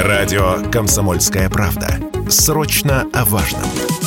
Радио «Комсомольская правда». Срочно о важном.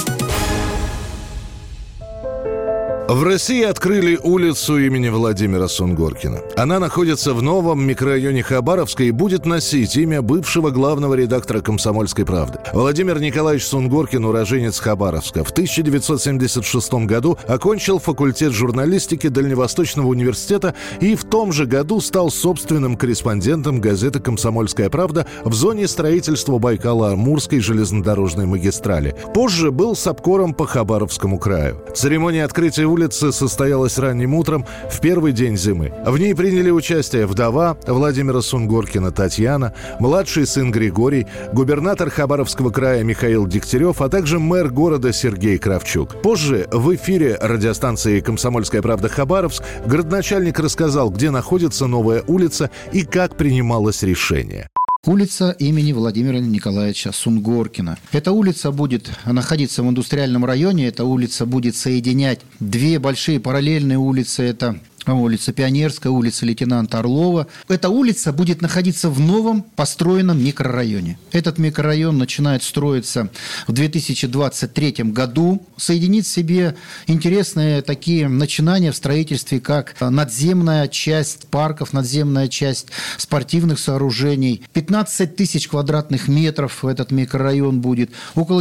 В России открыли улицу имени Владимира Сунгоркина. Она находится в новом микрорайоне Хабаровска и будет носить имя бывшего главного редактора «Комсомольской правды». Владимир Николаевич Сунгоркин, уроженец Хабаровска. В 1976 году окончил факультет журналистики Дальневосточного университета и в том же году стал собственным корреспондентом газеты «Комсомольская правда» в зоне строительства Байкало-Амурской железнодорожной магистрали. Позже был сапкором по Хабаровскому краю. Церемония открытия улицы состоялась ранним утром в первый день зимы. В ней приняли участие вдова Владимира Сунгоркина Татьяна, младший сын Григорий, губернатор Хабаровского края Михаил Дегтярев, а также мэр города Сергей Кравчук. Позже в эфире радиостанции «Комсомольская правда» Хабаровск градоначальник рассказал, где находится новая улица и как принималось решение. Улица имени Владимира Николаевича Сунгоркина. Эта улица будет находиться в индустриальном районе. Эта улица будет соединять две большие параллельные улицы. Это улица Пионерская, улица лейтенанта Орлова. Эта улица будет находиться в новом построенном микрорайоне. Этот микрорайон начинает строиться в 2023 году. Соединит в себе интересные такие начинания в строительстве, как надземная часть парков, надземная часть спортивных сооружений. 15 тысяч квадратных метров этот микрорайон будет. Около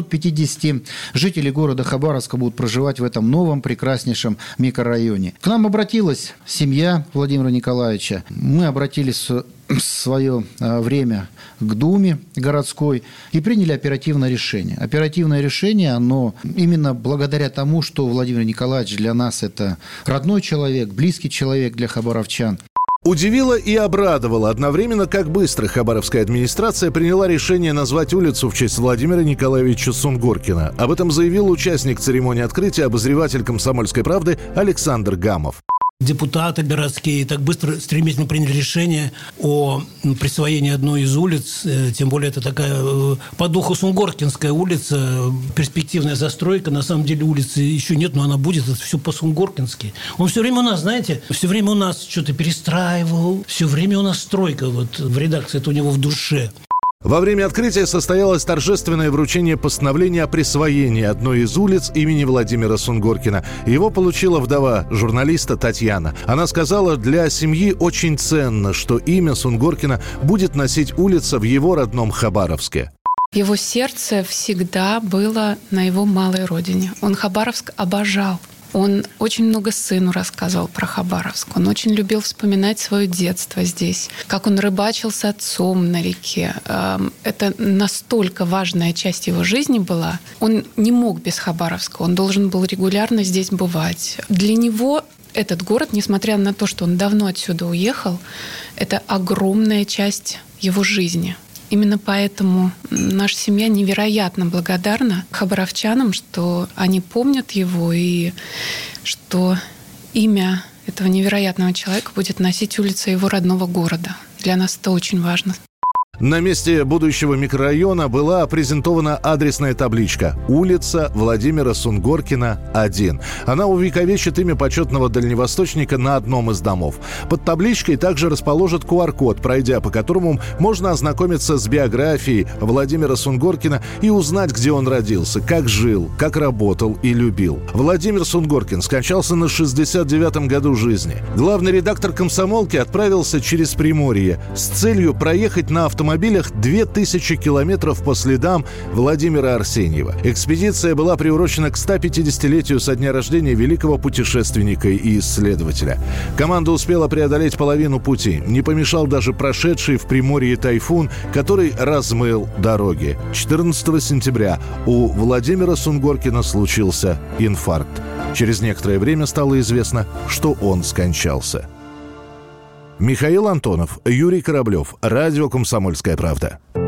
450 жителей города Хабаровска будут проживать в этом новом прекраснейшем микрорайоне. К нам обратилась семья Владимира Николаевича. Мы обратились в свое время к Думе городской и приняли оперативное решение. Оперативное решение, оно именно благодаря тому, что Владимир Николаевич для нас это родной человек, близкий человек для хабаровчан. Удивило и обрадовало одновременно, как быстро хабаровская администрация приняла решение назвать улицу в честь Владимира Николаевича Сунгоркина. Об этом заявил участник церемонии открытия, обозреватель «Комсомольской правды» Александр Гамов. Депутаты городские так быстро, стремительно приняли решение о присвоении одной из улиц. Тем более, это такая по духу Сунгоркинская улица, перспективная застройка. На самом деле улицы еще нет, но она будет. Это все по-сунгоркински. Он все время у нас, знаете, все время у нас что-то перестраивал. Все время у нас стройка вот в редакции. Это у него в душе. Во время открытия состоялось торжественное вручение постановления о присвоении одной из улиц имени Владимира Сунгоркина. Его получила вдова журналиста Татьяна. Она сказала, для семьи очень ценно, что имя Сунгоркина будет носить улица в его родном Хабаровске. Его сердце всегда было на его малой родине. Он Хабаровск обожал. Он очень много сыну рассказывал про Хабаровск. Он очень любил вспоминать свое детство здесь, как он рыбачил с отцом на реке. Это настолько важная часть его жизни была. Он не мог без Хабаровска, он должен был регулярно здесь бывать. Для него этот город, несмотря на то, что он давно отсюда уехал, это огромная часть его жизни. Именно поэтому наша семья невероятно благодарна хабаровчанам, что они помнят его и что имя этого невероятного человека будет носить улица его родного города. Для нас это очень важно. На месте будущего микрорайона была презентована адресная табличка «Улица Владимира Сунгоркина, 1». Она увековечит имя почетного дальневосточника на одном из домов. Под табличкой также расположат QR-код, пройдя по которому можно ознакомиться с биографией Владимира Сунгоркина и узнать, где он родился, как жил, как работал и любил. Владимир Сунгоркин скончался на 69-м году жизни. Главный редактор «Комсомолки» отправился через Приморье с целью проехать на автомобилях 2000 километров по следам Владимира Арсеньева. Экспедиция была приурочена к 150-летию со дня рождения великого путешественника и исследователя. Команда успела преодолеть половину пути. Не помешал даже прошедший в Приморье тайфун, который размыл дороги. 14 сентября у Владимира Сунгоркина случился инфаркт. Через некоторое время стало известно, что он скончался. Михаил Антонов, Юрий Кораблев. Радио «Комсомольская правда».